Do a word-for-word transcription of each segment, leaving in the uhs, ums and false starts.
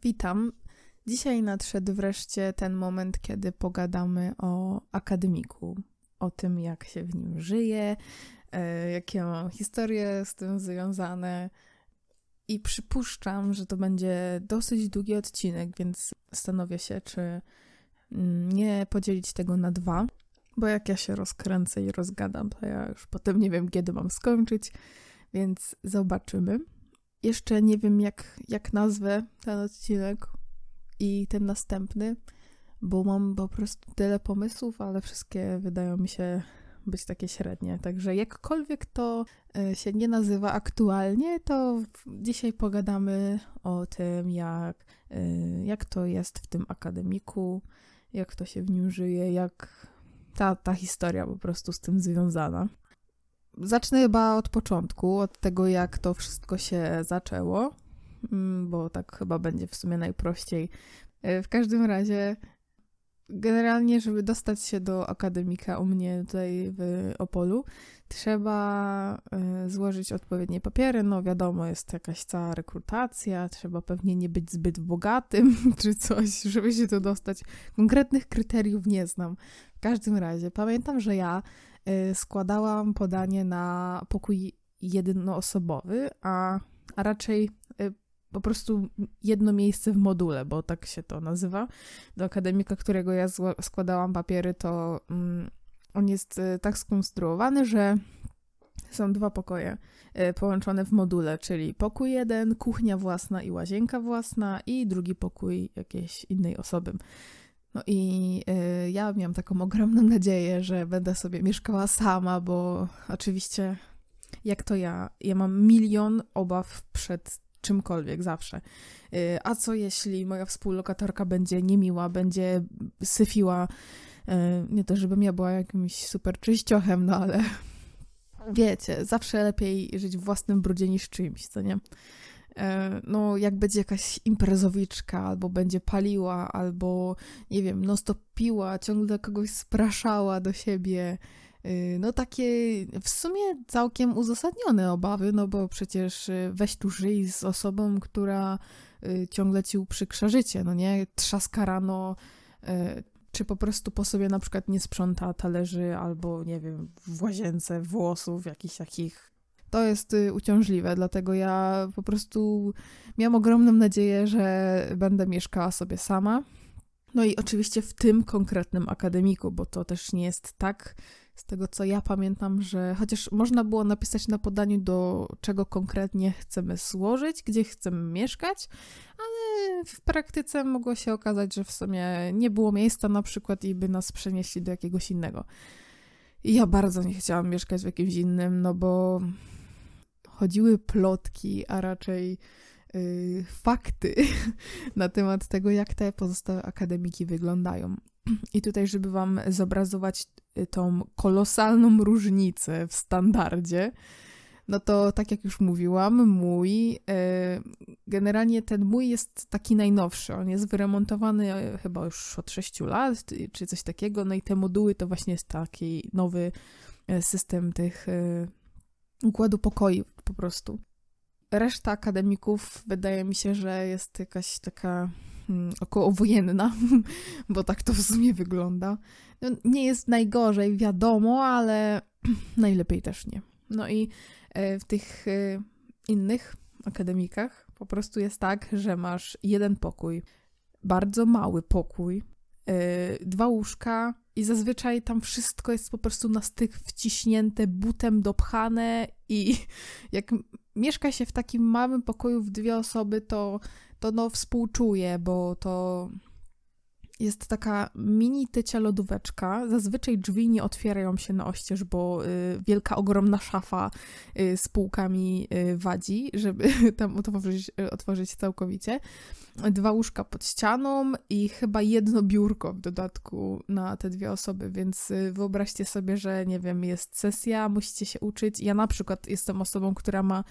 Witam. Dzisiaj nadszedł wreszcie ten moment, kiedy pogadamy o akademiku, o tym, jak się w nim żyje, e, jakie mam historie z tym związane. I przypuszczam, że to będzie dosyć długi odcinek, więc zastanowię się, czy nie podzielić tego na dwa, bo jak ja się rozkręcę i rozgadam, to ja już potem nie wiem, kiedy mam skończyć, więc zobaczymy. Jeszcze nie wiem, jak, jak nazwę ten odcinek i ten następny, bo mam po prostu tyle pomysłów, ale wszystkie wydają mi się być takie średnie. Także jakkolwiek to się nie nazywa aktualnie, to dzisiaj pogadamy o tym, jak, jak to jest w tym akademiku, jak to się w nim żyje, jak ta, ta historia po prostu z tym związana. Zacznę chyba od początku, od tego, jak to wszystko się zaczęło, bo tak chyba będzie w sumie najprościej. W każdym razie, generalnie, żeby dostać się do akademika u mnie tutaj w Opolu, trzeba złożyć odpowiednie papiery. No wiadomo, jest jakaś cała rekrutacja, trzeba pewnie nie być zbyt bogatym czy coś, żeby się tu dostać. Konkretnych kryteriów nie znam. W każdym razie, pamiętam, że ja składałam podanie na pokój jednoosobowy, a, a raczej po prostu jedno miejsce w module, bo tak się to nazywa. Do akademika, którego ja składałam papiery, to um, on jest tak skonstruowany, że są dwa pokoje połączone w module, czyli pokój jeden, kuchnia własna i łazienka własna i drugi pokój jakiejś innej osoby. No i y, ja miałam taką ogromną nadzieję, że będę sobie mieszkała sama, bo oczywiście jak to ja, ja mam milion obaw przed czymkolwiek zawsze. Y, a co jeśli moja współlokatorka będzie niemiła, będzie syfiła, y, nie to żebym ja była jakimś super czyściochem, no ale wiecie, zawsze lepiej żyć w własnym brudzie niż czyimś, co nie? No jak będzie jakaś imprezowiczka, albo będzie paliła, albo nie wiem, no stopiła, ciągle kogoś spraszała do siebie, no takie w sumie całkiem uzasadnione obawy, no bo przecież weź tu żyj z osobą, która ciągle ci uprzykrza życie, no nie, trzaska rano, czy po prostu po sobie na przykład nie sprząta talerzy, albo nie wiem, w łazience włosów, jakichś takich. To jest uciążliwe, dlatego ja po prostu miałam ogromną nadzieję, że będę mieszkała sobie sama. No i oczywiście w tym konkretnym akademiku, bo to też nie jest tak, z tego co ja pamiętam, że chociaż można było napisać na podaniu, do czego konkretnie chcemy złożyć, gdzie chcemy mieszkać, ale w praktyce mogło się okazać, że w sumie nie było miejsca na przykład i by nas przenieśli do jakiegoś innego. I ja bardzo nie chciałam mieszkać w jakimś innym, no bo chodziły plotki, a raczej yy, fakty na temat tego, jak te pozostałe akademiki wyglądają. I tutaj, żeby wam zobrazować tą kolosalną różnicę w standardzie, no to tak jak już mówiłam, mój, yy, generalnie ten mój jest taki najnowszy. On jest wyremontowany yy, chyba już od sześciu lat, czy coś takiego. No i te moduły to właśnie jest taki nowy yy, system tych yy, układu pokoi po prostu. Reszta akademików wydaje mi się, że jest jakaś taka hmm, okołowojenna, bo tak to w sumie wygląda. No, nie jest najgorzej, wiadomo, ale najlepiej też nie. No i e, w tych e, innych akademikach po prostu jest tak, że masz jeden pokój, bardzo mały pokój, e, dwa łóżka i zazwyczaj tam wszystko jest po prostu na styk wciśnięte, butem dopchane i jak mieszka się w takim małym pokoju w dwie osoby, to, to no współczuję, bo to jest taka mini tycia lodóweczka. Zazwyczaj drzwi nie otwierają się na oścież, bo y, wielka, ogromna szafa y, z półkami y, wadzi, żeby tam otworzyć, y, otworzyć całkowicie. Dwa łóżka pod ścianą i chyba jedno biurko w dodatku na te dwie osoby, więc y, wyobraźcie sobie, że nie wiem, jest sesja, musicie się uczyć. Ja na przykład jestem osobą, która ma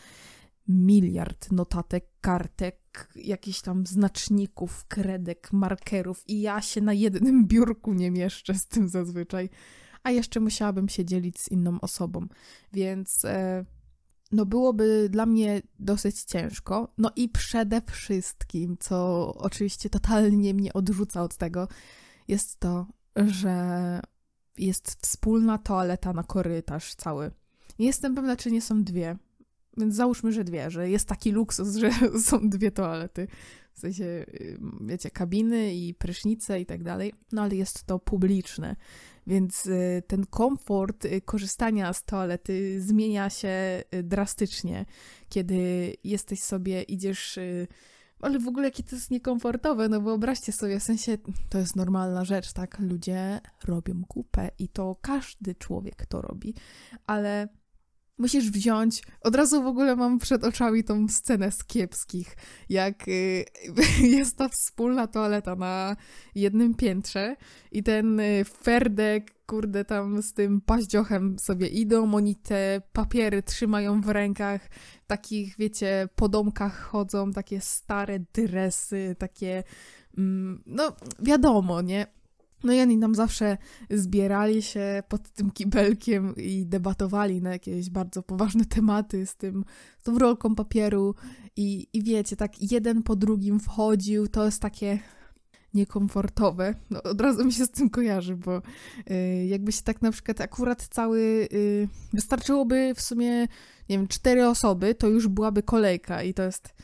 miliard notatek, kartek, jakichś tam znaczników, kredek, markerów i ja się na jednym biurku nie mieszczę z tym zazwyczaj, a jeszcze musiałabym się dzielić z inną osobą, więc e, no byłoby dla mnie dosyć ciężko. No i przede wszystkim, co oczywiście totalnie mnie odrzuca od tego, jest to, że jest wspólna toaleta na korytarz cały. Nie jestem pewna, czy nie są dwie, więc załóżmy, że dwie, że jest taki luksus, że są dwie toalety. W sensie, wiecie, kabiny i prysznice i tak dalej, no ale jest to publiczne, więc ten komfort korzystania z toalety zmienia się drastycznie, kiedy jesteś sobie, idziesz, ale w ogóle jakie to jest niekomfortowe, no wyobraźcie sobie, w sensie to jest normalna rzecz, tak, ludzie robią kupę i to każdy człowiek to robi, ale musisz wziąć, od razu w ogóle mam przed oczami tą scenę z Kiepskich, jak y, jest ta wspólna toaleta na jednym piętrze i ten y, Ferdek, kurde, tam z tym paździochem sobie idą, oni te papiery trzymają w rękach, w takich, wiecie, podomkach chodzą, takie stare dresy, takie, mm, no wiadomo, nie? No i oni tam zawsze zbierali się pod tym kibelkiem i debatowali na jakieś bardzo poważne tematy z tym, z tą rolką papieru i, i wiecie, tak jeden po drugim wchodził, to jest takie niekomfortowe. No od razu mi się z tym kojarzy, bo y, jakby się tak na przykład akurat cały, y, wystarczyłoby w sumie, nie wiem, cztery osoby, to już byłaby kolejka i to jest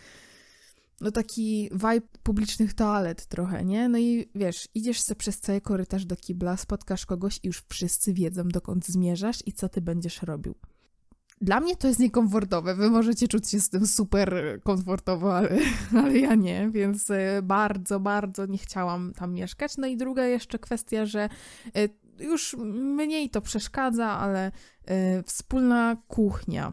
no taki vibe publicznych toalet trochę, nie? No i wiesz, idziesz sobie przez cały korytarz do kibla, spotkasz kogoś i już wszyscy wiedzą, dokąd zmierzasz i co ty będziesz robił. Dla mnie to jest niekomfortowe. Wy możecie czuć się z tym super komfortowo, ale, ale ja nie, więc bardzo, bardzo nie chciałam tam mieszkać. No i druga jeszcze kwestia, że już mniej to przeszkadza, ale wspólna kuchnia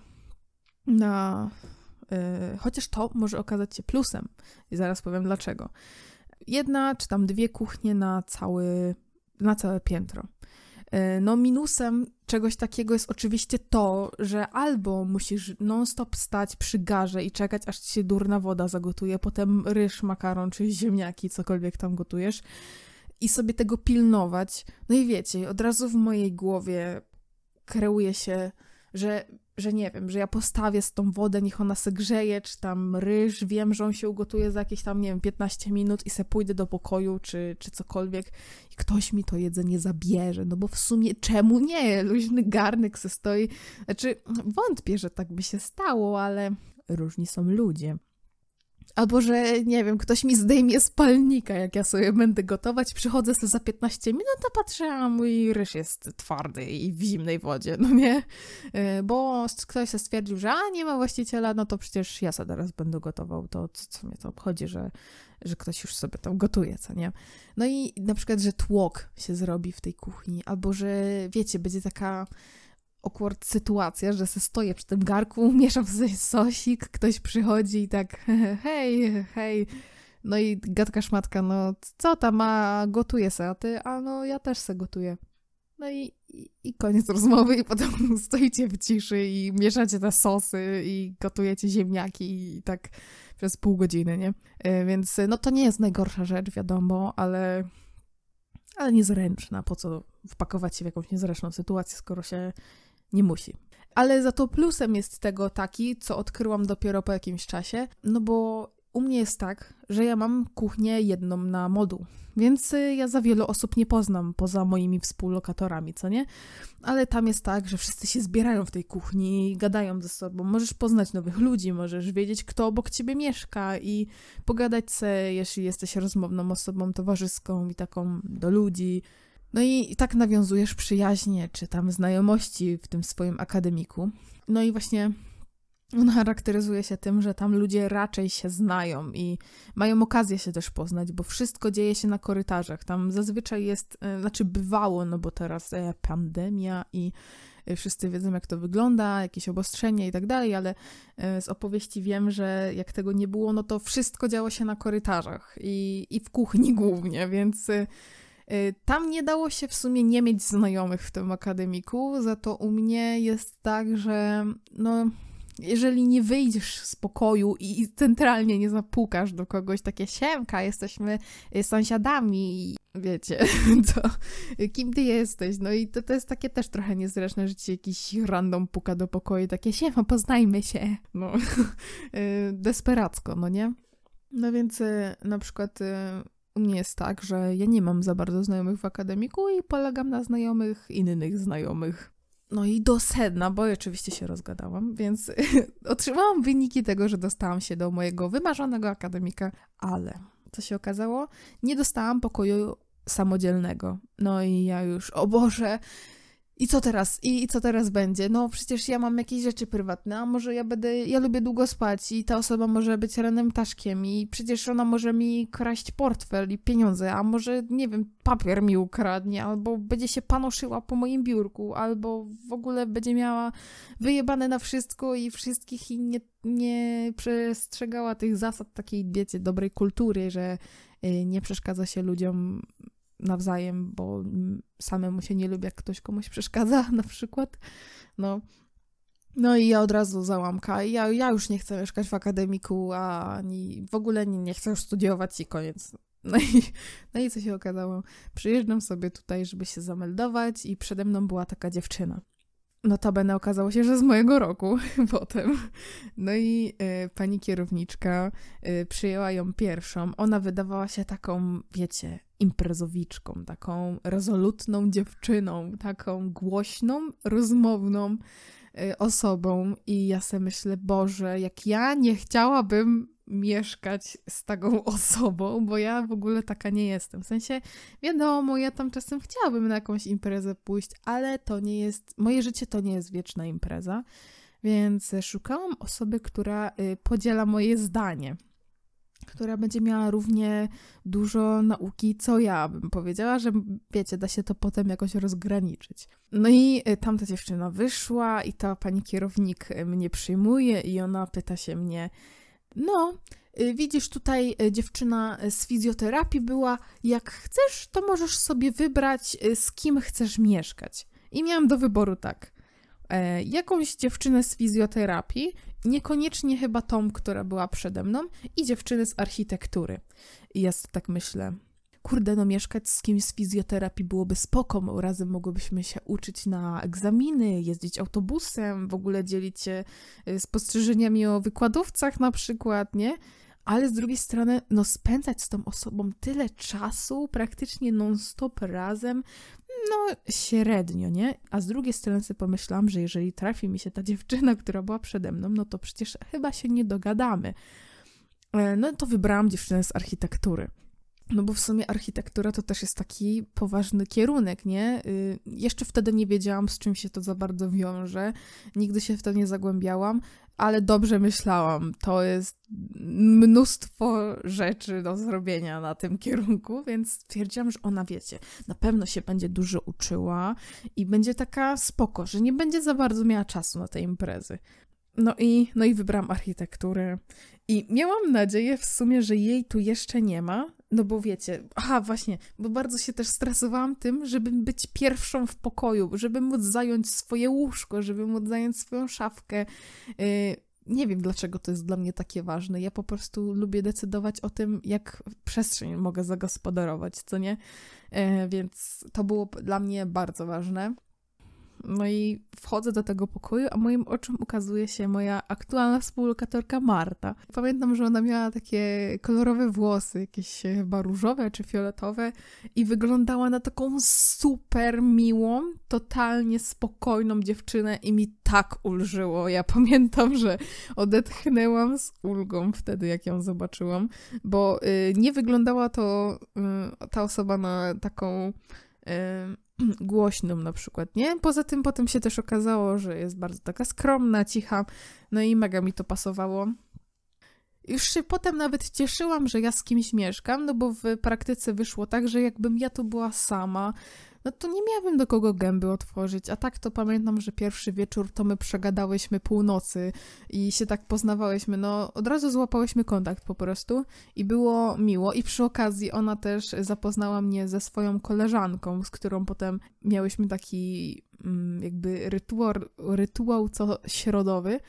na... Yy, chociaż to może okazać się plusem i zaraz powiem dlaczego. Jedna czy tam dwie kuchnie na, cały, na całe piętro. Yy, no minusem czegoś takiego jest oczywiście to, że albo musisz non-stop stać przy garze i czekać, aż ci się durna woda zagotuje, potem ryż, makaron czy ziemniaki, cokolwiek tam gotujesz i sobie tego pilnować. No i wiecie, od razu w mojej głowie kreuje się, że że nie wiem, że ja postawię z tą wodę, niech ona se grzeje, czy tam ryż, wiem, że on się ugotuje za jakieś tam, nie wiem, piętnaście minut i se pójdę do pokoju, czy, czy cokolwiek i ktoś mi to jedzenie zabierze, no bo w sumie czemu nie? Luźny garnek se stoi, znaczy wątpię, że tak by się stało, ale różni są ludzie. Albo, że, nie wiem, ktoś mi zdejmie z palnika, jak ja sobie będę gotować, przychodzę sobie za piętnaście minut, a patrzę, a mój ryż jest twardy i w zimnej wodzie, no nie? Bo ktoś się stwierdził, że a, nie ma właściciela, no to przecież ja sobie teraz będę gotował, to co, co mnie to obchodzi, że, że ktoś już sobie tam gotuje, co nie? No i na przykład, że tłok się zrobi w tej kuchni, albo, że wiecie, będzie taka... awkward sytuacja, że se stoję przy tym garku, mieszam sobie sosik, ktoś przychodzi i tak hej, hej, no i gadka szmatka, no co tam, a gotuje se, a ty, a no ja też se gotuję. No i, i, i koniec rozmowy i potem stoicie w ciszy i mieszacie te sosy i gotujecie ziemniaki i tak przez pół godziny, nie? Więc no to nie jest najgorsza rzecz, wiadomo, ale, ale niezręczna. Po co wpakować się w jakąś niezręczną sytuację, skoro się nie musi. Ale za to plusem jest tego taki, co odkryłam dopiero po jakimś czasie, no bo u mnie jest tak, że ja mam kuchnię jedną na moduł, więc ja za wielu osób nie poznam poza moimi współlokatorami, co nie? Ale tam jest tak, że wszyscy się zbierają w tej kuchni i gadają ze sobą. Możesz poznać nowych ludzi, możesz wiedzieć, kto obok ciebie mieszka i pogadać se, jeśli jesteś rozmowną osobą towarzyską i taką do ludzi. No i tak nawiązujesz przyjaźnie, czy tam znajomości w tym swoim akademiku. No i właśnie on charakteryzuje się tym, że tam ludzie raczej się znają i mają okazję się też poznać, bo wszystko dzieje się na korytarzach. Tam zazwyczaj jest, znaczy bywało, no bo teraz e, pandemia i wszyscy wiedzą, jak to wygląda, jakieś obostrzenia i tak dalej, ale z opowieści wiem, że jak tego nie było, no to wszystko działo się na korytarzach i, i w kuchni głównie, więc... Tam nie dało się w sumie nie mieć znajomych w tym akademiku, za to u mnie jest tak, że no jeżeli nie wyjdziesz z pokoju i, i centralnie nie zapukasz do kogoś takie siemka, jesteśmy sąsiadami, wiecie, to kim ty jesteś? No i to, to jest takie też trochę niezręczne, że ci jakiś random puka do pokoju, takie siema, poznajmy się. No, desperacko, no nie? No więc na przykład u mnie jest tak, że ja nie mam za bardzo znajomych w akademiku i polegam na znajomych innych znajomych. No i do sedna, bo oczywiście się rozgadałam, więc otrzymałam wyniki tego, że dostałam się do mojego wymarzonego akademika, ale co się okazało? Nie dostałam pokoju samodzielnego. No i ja już, o Boże, i co teraz? I, I co teraz będzie? No przecież ja mam jakieś rzeczy prywatne, a może ja będę, ja lubię długo spać i ta osoba może być rannym ptaszkiem i przecież ona może mi kraść portfel i pieniądze, a może, nie wiem, papier mi ukradnie, albo będzie się panoszyła po moim biurku, albo w ogóle będzie miała wyjebane na wszystko i wszystkich i nie, nie przestrzegała tych zasad takiej, wiecie, dobrej kultury, że y, nie przeszkadza się ludziom nawzajem, bo samemu się nie lubi, jak ktoś komuś przeszkadza, na przykład. No, no i ja od razu załamka. Ja, ja już nie chcę mieszkać w akademiku, a ani w ogóle nie, nie chcę już studiować i koniec. No i, no i co się okazało? Przyjeżdżam sobie tutaj, żeby się zameldować i przede mną była taka dziewczyna. Notabene okazało się, że z mojego roku potem. No i y, pani kierowniczka y, przyjęła ją pierwszą. Ona wydawała się taką, wiecie, imprezowiczką, taką rezolutną dziewczyną, taką głośną, rozmowną y, osobą. I ja sobie myślę, Boże, jak ja nie chciałabym mieszkać z taką osobą, bo ja w ogóle taka nie jestem. W sensie, wiadomo, ja tam czasem chciałabym na jakąś imprezę pójść, ale to nie jest, moje życie to nie jest wieczna impreza, więc szukałam osoby, która y, podziela moje zdanie, która będzie miała równie dużo nauki, co ja bym powiedziała, że wiecie, da się to potem jakoś rozgraniczyć. No i y, tamta dziewczyna wyszła i ta pani kierownik mnie przyjmuje i ona pyta się mnie, no, widzisz, tutaj dziewczyna z fizjoterapii była, jak chcesz, to możesz sobie wybrać, z kim chcesz mieszkać. I miałam do wyboru tak, e, jakąś dziewczynę z fizjoterapii, niekoniecznie chyba tą, która była przede mną, i dziewczynę z architektury. I ja sobie tak myślę, kurde, no mieszkać z kimś z fizjoterapii byłoby spoko, bo razem mogłybyśmy się uczyć na egzaminy, jeździć autobusem, w ogóle dzielić się spostrzeżeniami o wykładowcach na przykład, nie? Ale z drugiej strony, no spędzać z tą osobą tyle czasu, praktycznie non-stop razem, no średnio, nie? A z drugiej strony sobie pomyślałam, że jeżeli trafi mi się ta dziewczyna, która była przede mną, no to przecież chyba się nie dogadamy. No to wybrałam dziewczynę z architektury. No bo w sumie architektura to też jest taki poważny kierunek, nie? Y, jeszcze wtedy nie wiedziałam, z czym się to za bardzo wiąże. Nigdy się w to nie zagłębiałam, ale dobrze myślałam. To jest mnóstwo rzeczy do zrobienia na tym kierunku, więc stwierdziłam, że ona, wiecie, na pewno się będzie dużo uczyła i będzie taka spoko, że nie będzie za bardzo miała czasu na te imprezy. No i, no i wybrałam architekturę i miałam nadzieję w sumie, że jej tu jeszcze nie ma, no bo wiecie, aha właśnie, bo bardzo się też stresowałam tym, żeby być pierwszą w pokoju, żeby móc zająć swoje łóżko, żeby móc zająć swoją szafkę. Yy, nie wiem, dlaczego to jest dla mnie takie ważne. Ja po prostu lubię decydować o tym, jak przestrzeń mogę zagospodarować, co nie? Yy, więc to było dla mnie bardzo ważne. No i wchodzę do tego pokoju, a moim oczom ukazuje się moja aktualna współlokatorka Marta. Pamiętam, że ona miała takie kolorowe włosy, jakieś chyba różowe czy fioletowe i wyglądała na taką super miłą, totalnie spokojną dziewczynę i mi tak ulżyło. Ja pamiętam, że odetchnęłam z ulgą wtedy, jak ją zobaczyłam, bo y, nie wyglądała to y, ta osoba na taką... Y, głośną na przykład, nie? Poza tym potem się też okazało, że jest bardzo taka skromna, cicha, no i mega mi to pasowało. Już się potem nawet cieszyłam, że ja z kimś mieszkam, no bo w praktyce wyszło tak, że jakbym ja tu była sama, no to nie miałabym do kogo gęby otworzyć, a tak to pamiętam, że pierwszy wieczór to my przegadałyśmy północy i się tak poznawałyśmy, no od razu złapałyśmy kontakt po prostu i było miło i przy okazji ona też zapoznała mnie ze swoją koleżanką, z którą potem miałyśmy taki mm, jakby rytuał, rytuał co środowy,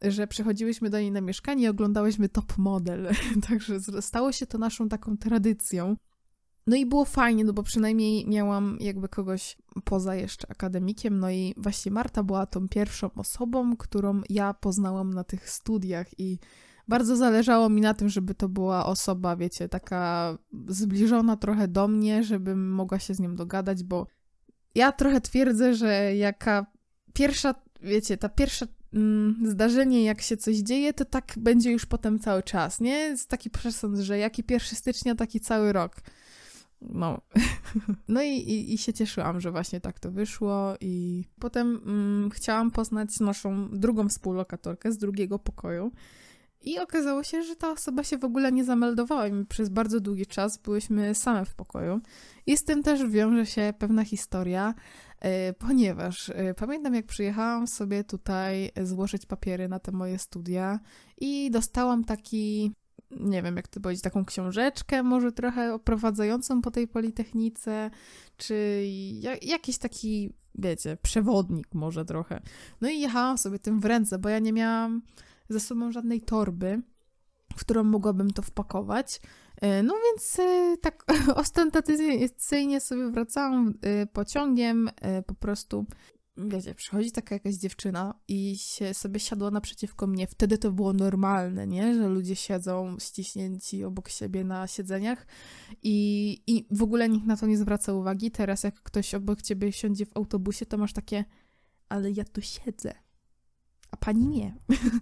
że przychodziłyśmy do niej na mieszkanie i oglądałyśmy Top Model. Także stało się to naszą taką tradycją. No i było fajnie, no bo przynajmniej miałam jakby kogoś poza jeszcze akademikiem, no i właśnie Marta była tą pierwszą osobą, którą ja poznałam na tych studiach i bardzo zależało mi na tym, żeby to była osoba, wiecie, taka zbliżona trochę do mnie, żebym mogła się z nią dogadać, bo ja trochę twierdzę, że jaka pierwsza, wiecie, ta pierwsza mm, zdarzenie, jak się coś dzieje, to tak będzie już potem cały czas, nie? Jest taki przesąd, że jaki pierwszego stycznia, taki cały rok. No, no i, i, i się cieszyłam, że właśnie tak to wyszło i potem mm, chciałam poznać naszą drugą współlokatorkę z drugiego pokoju i okazało się, że ta osoba się w ogóle nie zameldowała i przez bardzo długi czas byłyśmy same w pokoju i z tym też wiąże się pewna historia, yy, ponieważ yy, pamiętam, jak przyjechałam sobie tutaj złożyć papiery na te moje studia i dostałam taki... nie wiem, jak to powiedzieć, taką książeczkę może trochę oprowadzającą po tej Politechnice, czy ja, jakiś taki, wiecie, przewodnik może trochę. No i jechałam sobie tym w ręce, bo ja nie miałam ze sobą żadnej torby, w którą mogłabym to wpakować. No więc tak ostentacyjnie sobie wracałam pociągiem, po prostu... Wiecie, przychodzi taka jakaś dziewczyna i się sobie siadła naprzeciwko mnie. Wtedy to było normalne, nie? Że ludzie siedzą ściśnięci obok siebie na siedzeniach i, i w ogóle nikt na to nie zwraca uwagi. Teraz jak ktoś obok ciebie siądzie w autobusie, to masz takie, ale ja tu siedzę, a pani nie.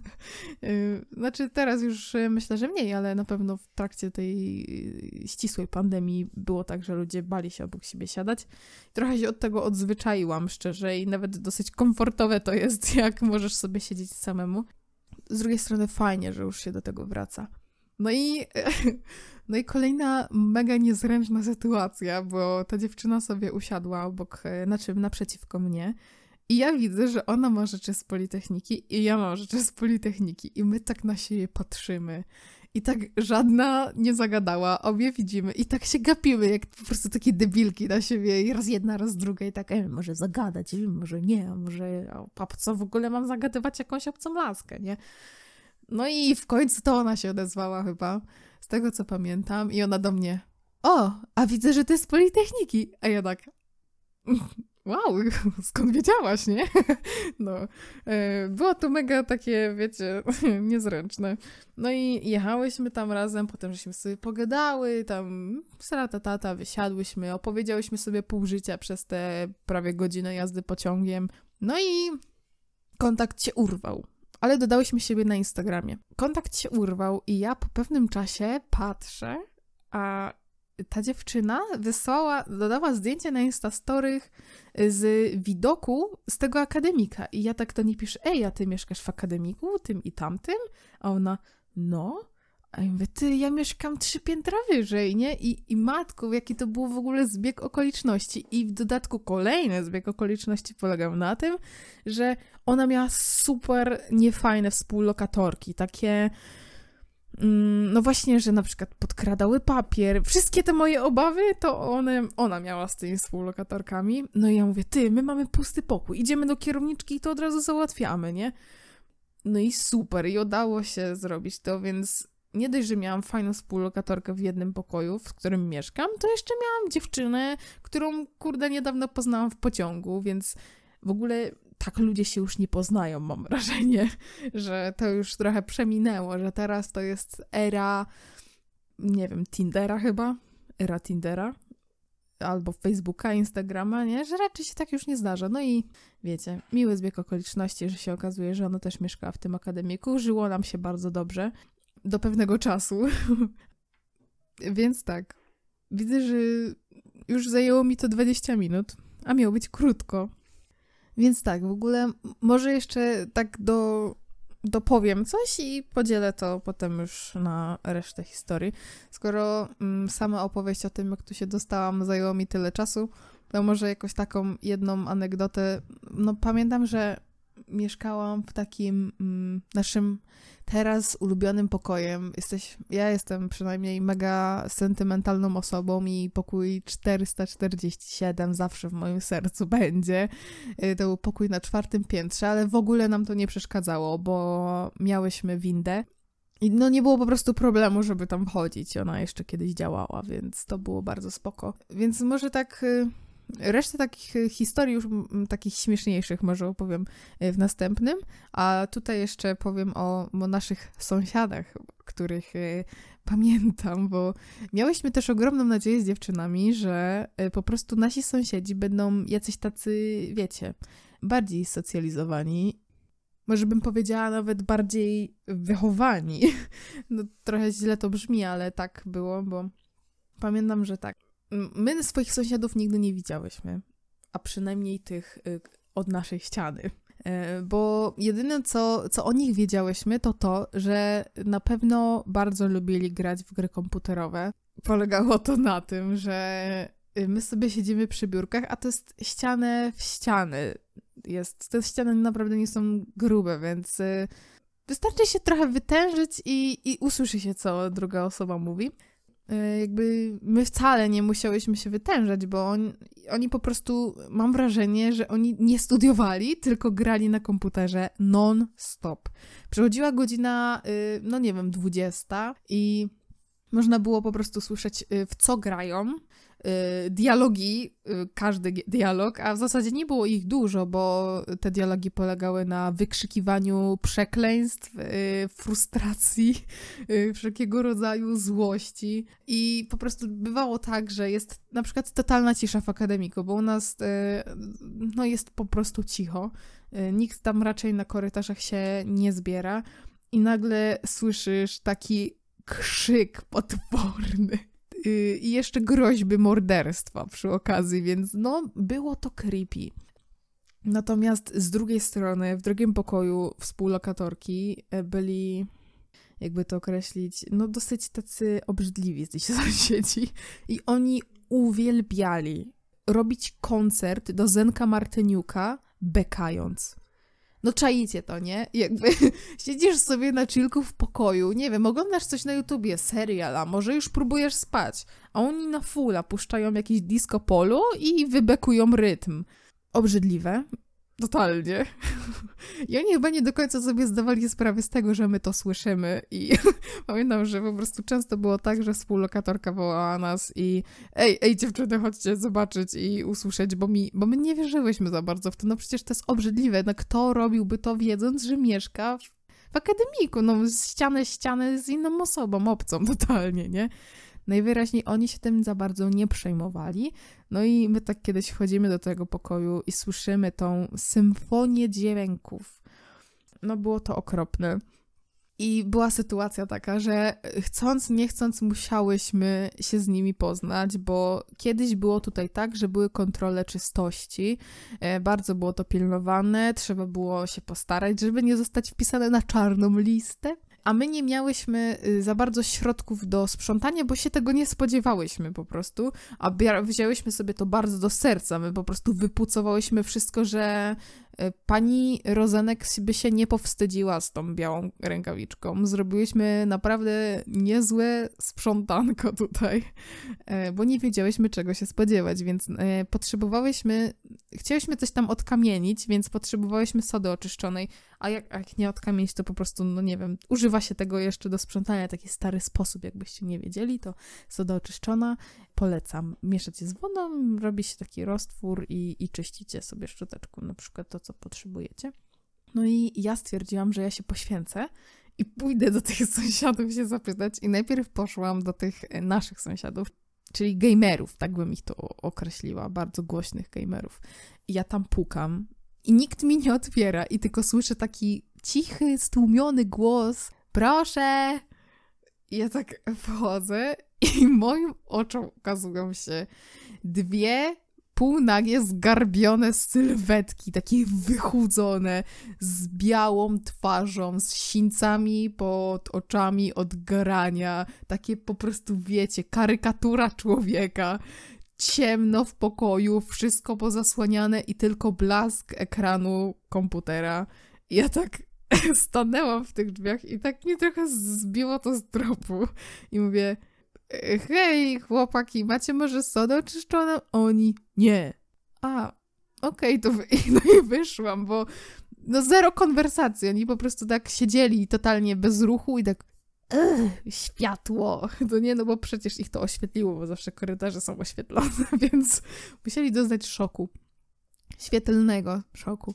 Znaczy teraz już myślę, że mniej, ale na pewno w trakcie tej ścisłej pandemii było tak, że ludzie bali się obok siebie siadać. Trochę się od tego odzwyczaiłam, szczerze, i nawet dosyć komfortowe to jest, jak możesz sobie siedzieć samemu. Z drugiej strony fajnie, że już się do tego wraca. No i, no i kolejna mega niezręczna sytuacja, bo ta dziewczyna sobie usiadła obok, znaczy naprzeciwko mnie. I ja widzę, że ona ma rzeczy z Politechniki i ja mam rzeczy z Politechniki. I my tak na siebie patrzymy. I tak żadna nie zagadała, obie widzimy i tak się gapimy, jak po prostu takie debilki na siebie. I raz jedna, raz druga i tak, e, może zagadać, może nie, może a po co w ogóle mam zagadywać jakąś obcą laskę, nie? No i w końcu to ona się odezwała chyba, z tego co pamiętam. I ona do mnie, o, a widzę, że ty z Politechniki. A ja tak... Wow, skąd wiedziałaś, nie? No, było to mega takie, wiecie, niezręczne. No i jechałyśmy tam razem, potem żeśmy sobie pogadały, tam srata tata, wysiadłyśmy, opowiedziałyśmy sobie pół życia przez te prawie godzinę jazdy pociągiem. No i kontakt się urwał, ale dodałyśmy siebie na Instagramie. Kontakt się urwał i ja po pewnym czasie patrzę, a ta dziewczyna wysłała, dodała zdjęcie na Instastorych z widoku z tego akademika. I ja tak do niej piszę, ej, a ty mieszkasz w akademiku, tym i tamtym? A ona, no. A ja mówię, ty, ja mieszkam trzy piętra wyżej, nie? I, i matko, jaki to był w ogóle zbieg okoliczności. I w dodatku kolejny zbieg okoliczności polegał na tym, że ona miała super niefajne współlokatorki, takie... No właśnie, że na przykład podkradały papier. Wszystkie te moje obawy, to one, ona miała z tymi współlokatorkami. No i ja mówię, ty, my mamy pusty pokój, idziemy do kierowniczki i to od razu załatwiamy, nie? No i super, i udało się zrobić to, więc nie dość, że miałam fajną współlokatorkę w jednym pokoju, w którym mieszkam, to jeszcze miałam dziewczynę, którą, kurde, niedawno poznałam w pociągu, więc w ogóle... tak ludzie się już nie poznają, mam wrażenie, że to już trochę przeminęło, że teraz to jest era, nie wiem, Tindera chyba, era Tindera, albo Facebooka, Instagrama, nie, że raczej się tak już nie zdarza. No i wiecie, miły zbieg okoliczności, że się okazuje, że ona też mieszkała w tym akademiku, żyło nam się bardzo dobrze, do pewnego czasu, więc tak, widzę, że już zajęło mi to dwadzieścia minut, a miało być krótko. Więc tak, w ogóle może jeszcze tak do, dopowiem coś i podzielę to potem już na resztę historii. Skoro mm, sama opowieść o tym, jak tu się dostałam, zajęło mi tyle czasu, to może jakąś taką jedną anegdotę. No pamiętam, że mieszkałam w takim mm, naszym teraz ulubionym pokojem. Jesteś, ja jestem przynajmniej mega sentymentalną osobą i pokój czterysta czterdzieści siedem zawsze w moim sercu będzie. To był pokój na czwartym piętrze, ale w ogóle nam to nie przeszkadzało, bo miałyśmy windę. I no nie było po prostu problemu, żeby tam wchodzić. Ona jeszcze kiedyś działała, więc to było bardzo spoko. Więc może tak... Resztę takich historii już m, takich śmieszniejszych może opowiem w następnym, a tutaj jeszcze powiem o, o naszych sąsiadach, których y, pamiętam, bo miałyśmy też ogromną nadzieję z dziewczynami, że y, po prostu nasi sąsiedzi będą jacyś tacy, wiecie, bardziej socjalizowani. Może bym powiedziała nawet bardziej wychowani. No trochę źle to brzmi, ale tak było, bo pamiętam, że tak. My swoich sąsiadów nigdy nie widziałyśmy, a przynajmniej tych y, od naszej ściany. Y, bo jedyne, co, co o nich wiedziałyśmy, to to, że na pewno bardzo lubili grać w gry komputerowe. Polegało to na tym, że my sobie siedzimy przy biurkach, a to jest ścianę w ściany. Jest, te ściany naprawdę nie są grube, więc y, wystarczy się trochę wytężyć i, i usłyszy się, co druga osoba mówi. Jakby my wcale nie musiałyśmy się wytężać, bo on, oni po prostu, mam wrażenie, że oni nie studiowali, tylko grali na komputerze non-stop. Przychodziła godzina, no nie wiem, dwudziesta i można było po prostu słyszeć, w co grają, dialogi, każdy dialog, a w zasadzie nie było ich dużo, bo te dialogi polegały na wykrzykiwaniu przekleństw, frustracji, wszelkiego rodzaju złości i po prostu bywało tak, że jest na przykład totalna cisza w akademiku, bo u nas no jest po prostu cicho, nikt tam raczej na korytarzach się nie zbiera i nagle słyszysz taki krzyk potworny. I jeszcze groźby morderstwa przy okazji, więc no, było to creepy. Natomiast z drugiej strony, w drugim pokoju współlokatorki byli, jakby to określić, no dosyć tacy obrzydliwi ci sąsiedzi i oni uwielbiali robić koncert do Zenka Martyniuka bekając. No czaicie to, nie? Jakby siedzisz sobie na chillku w pokoju, nie wiem, oglądasz coś na YouTubie, serial, a może już próbujesz spać, a oni na fulla puszczają jakiś disco polo i wybekują rytm. Obrzydliwe. Totalnie. I oni chyba nie do końca sobie zdawali sprawę z tego, że my to słyszymy i pamiętam, że po prostu często było tak, że współlokatorka wołała nas i ej, ej dziewczyny, chodźcie zobaczyć i usłyszeć, bo, mi, bo my nie wierzyłyśmy za bardzo w to. No przecież to jest obrzydliwe. No kto robiłby to wiedząc, że mieszka w, w akademiku, no ścianę ścianę z inną osobą, obcą totalnie, nie? Najwyraźniej oni się tym za bardzo nie przejmowali. No i my tak kiedyś wchodzimy do tego pokoju i słyszymy tą symfonię dźwięków. No było to okropne. I była sytuacja taka, że chcąc, nie chcąc musiałyśmy się z nimi poznać, bo kiedyś było tutaj tak, że były kontrole czystości. Bardzo było to pilnowane, trzeba było się postarać, żeby nie zostać wpisane na czarną listę. A my nie miałyśmy za bardzo środków do sprzątania, bo się tego nie spodziewałyśmy po prostu, a wzięłyśmy sobie to bardzo do serca. My po prostu wypucowałyśmy wszystko, że pani Rozenek by się nie powstydziła z tą białą rękawiczką. Zrobiłyśmy naprawdę niezłe sprzątanko tutaj, bo nie wiedziałyśmy, czego się spodziewać, więc potrzebowałyśmy, chciałyśmy coś tam odkamienić, więc potrzebowałyśmy sody oczyszczonej, a jak, jak nie odkamienić, to po prostu, no nie wiem, używa się tego jeszcze do sprzątania, taki stary sposób, jakbyście nie wiedzieli, to soda oczyszczona, polecam. Mieszacie z wodą, robi się taki roztwór i, i czyścicie sobie szczoteczką, na przykład to, co potrzebujecie. No i ja stwierdziłam, że ja się poświęcę i pójdę do tych sąsiadów się zapytać i najpierw poszłam do tych naszych sąsiadów, czyli gamerów, tak bym ich to określiła, bardzo głośnych gamerów. I ja tam pukam i nikt mi nie otwiera i tylko słyszę taki cichy, stłumiony głos, proszę! I ja tak wchodzę i moim oczom ukazują się dwie półnagie, zgarbione sylwetki, takie wychudzone, z białą twarzą, z sińcami pod oczami od grania, takie po prostu, wiecie, karykatura człowieka. ciemno w pokoju, wszystko pozasłaniane i tylko blask ekranu komputera. I ja tak stanęłam w tych drzwiach i tak mnie trochę zbiło to z tropu. I mówię, hej chłopaki, macie może sodę oczyszczoną? Oni, nie. A, okej, okay, to wy... no i wyszłam, bo no zero konwersacji. Oni po prostu tak siedzieli totalnie bez ruchu i tak Ugh, światło. To nie, no bo przecież ich to oświetliło, bo zawsze korytarze są oświetlone, więc musieli doznać szoku. Świetlnego szoku.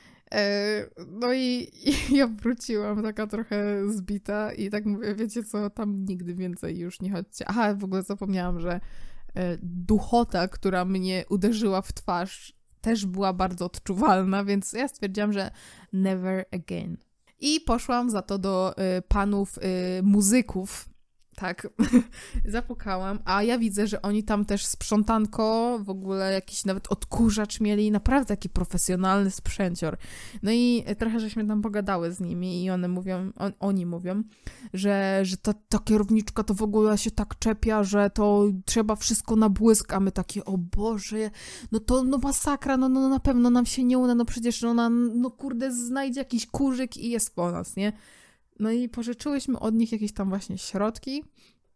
E, no i, i ja wróciłam taka trochę zbita i tak mówię, wiecie co, tam nigdy więcej już nie chodźcie. Aha, w ogóle zapomniałam, że e, duchota, która mnie uderzyła w twarz, też była bardzo odczuwalna, więc ja stwierdziłam, że never again. I poszłam za to do y, panów y, muzyków, tak, zapukałam, a ja widzę, że oni tam też sprzątanko, w ogóle jakiś nawet odkurzacz mieli, naprawdę taki profesjonalny sprzęcior. No i trochę żeśmy tam pogadały z nimi i one mówią, on, oni mówią, że, że ta, ta kierowniczka to w ogóle się tak czepia, że to trzeba wszystko na błysk, a my takie, o Boże, no to no masakra, no, no na pewno nam się nie uda, no przecież ona, no kurde, znajdzie jakiś kurzyk i jest po nas, nie? No i pożyczyłyśmy od nich jakieś tam właśnie środki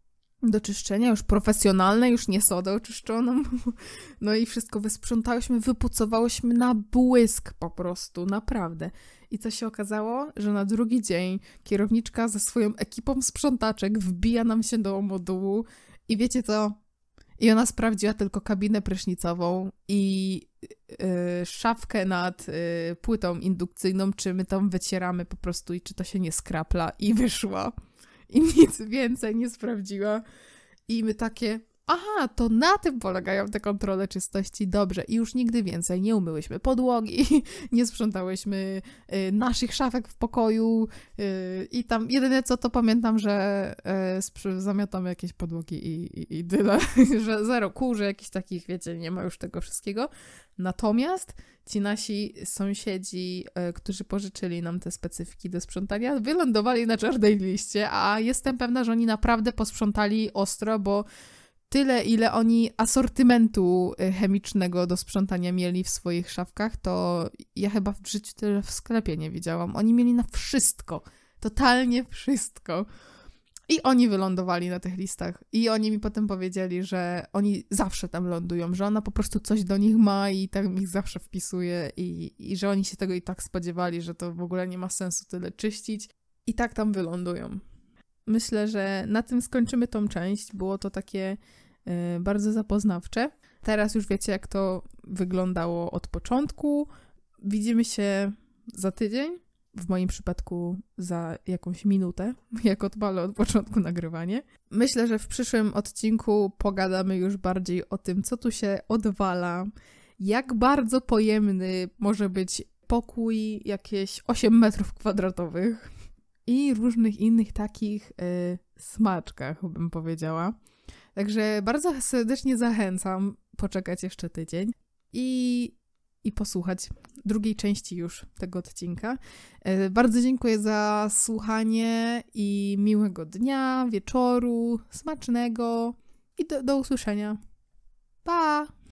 do czyszczenia, już profesjonalne, już nie sodę oczyszczoną. No i wszystko wysprzątałyśmy, wypucowałyśmy na błysk po prostu, naprawdę. I co się okazało? Że na drugi dzień kierowniczka ze swoją ekipą sprzątaczek wbija nam się do modułu i wiecie co? I ona sprawdziła tylko kabinę prysznicową i yy, szafkę nad yy, płytą indukcyjną, czy my tam wycieramy po prostu i czy to się nie skrapla. I wyszła. I nic więcej nie sprawdziła. I my takie, aha, to na tym polegają te kontrole czystości. Dobrze. I już nigdy więcej nie umyłyśmy podłogi, nie sprzątałyśmy y, naszych szafek w pokoju y, i tam jedyne co to pamiętam, że y, zamiatamy jakieś podłogi i, i, i tyle, że zero kurzy, jakichś takich, wiecie, nie ma już tego wszystkiego. Natomiast ci nasi sąsiedzi, y, którzy pożyczyli nam te specyfiki do sprzątania, wylądowali na czarnej liście, a jestem pewna, że oni naprawdę posprzątali ostro, bo tyle, ile oni asortymentu chemicznego do sprzątania mieli w swoich szafkach, to ja chyba w życiu tyle w sklepie nie widziałam. Oni mieli na wszystko. Totalnie wszystko. I oni wylądowali na tych listach. I oni mi potem powiedzieli, że oni zawsze tam lądują, że ona po prostu coś do nich ma i tam ich zawsze wpisuje i, i że oni się tego i tak spodziewali, że to w ogóle nie ma sensu tyle czyścić. I tak tam wylądują. Myślę, że na tym skończymy tą część. Było to takie y, bardzo zapoznawcze. Teraz już wiecie, jak to wyglądało od początku. Widzimy się za tydzień. W moim przypadku za jakąś minutę, jak odpalę od początku nagrywanie. Myślę, że w przyszłym odcinku pogadamy już bardziej o tym, co tu się odwala, jak bardzo pojemny może być pokój, jakieś osiem metrów kwadratowych. I różnych innych takich y, smaczkach, bym powiedziała. Także bardzo serdecznie zachęcam poczekać jeszcze tydzień i, i posłuchać drugiej części już tego odcinka. Y, bardzo dziękuję za słuchanie i miłego dnia, wieczoru, smacznego i do, do usłyszenia. Pa!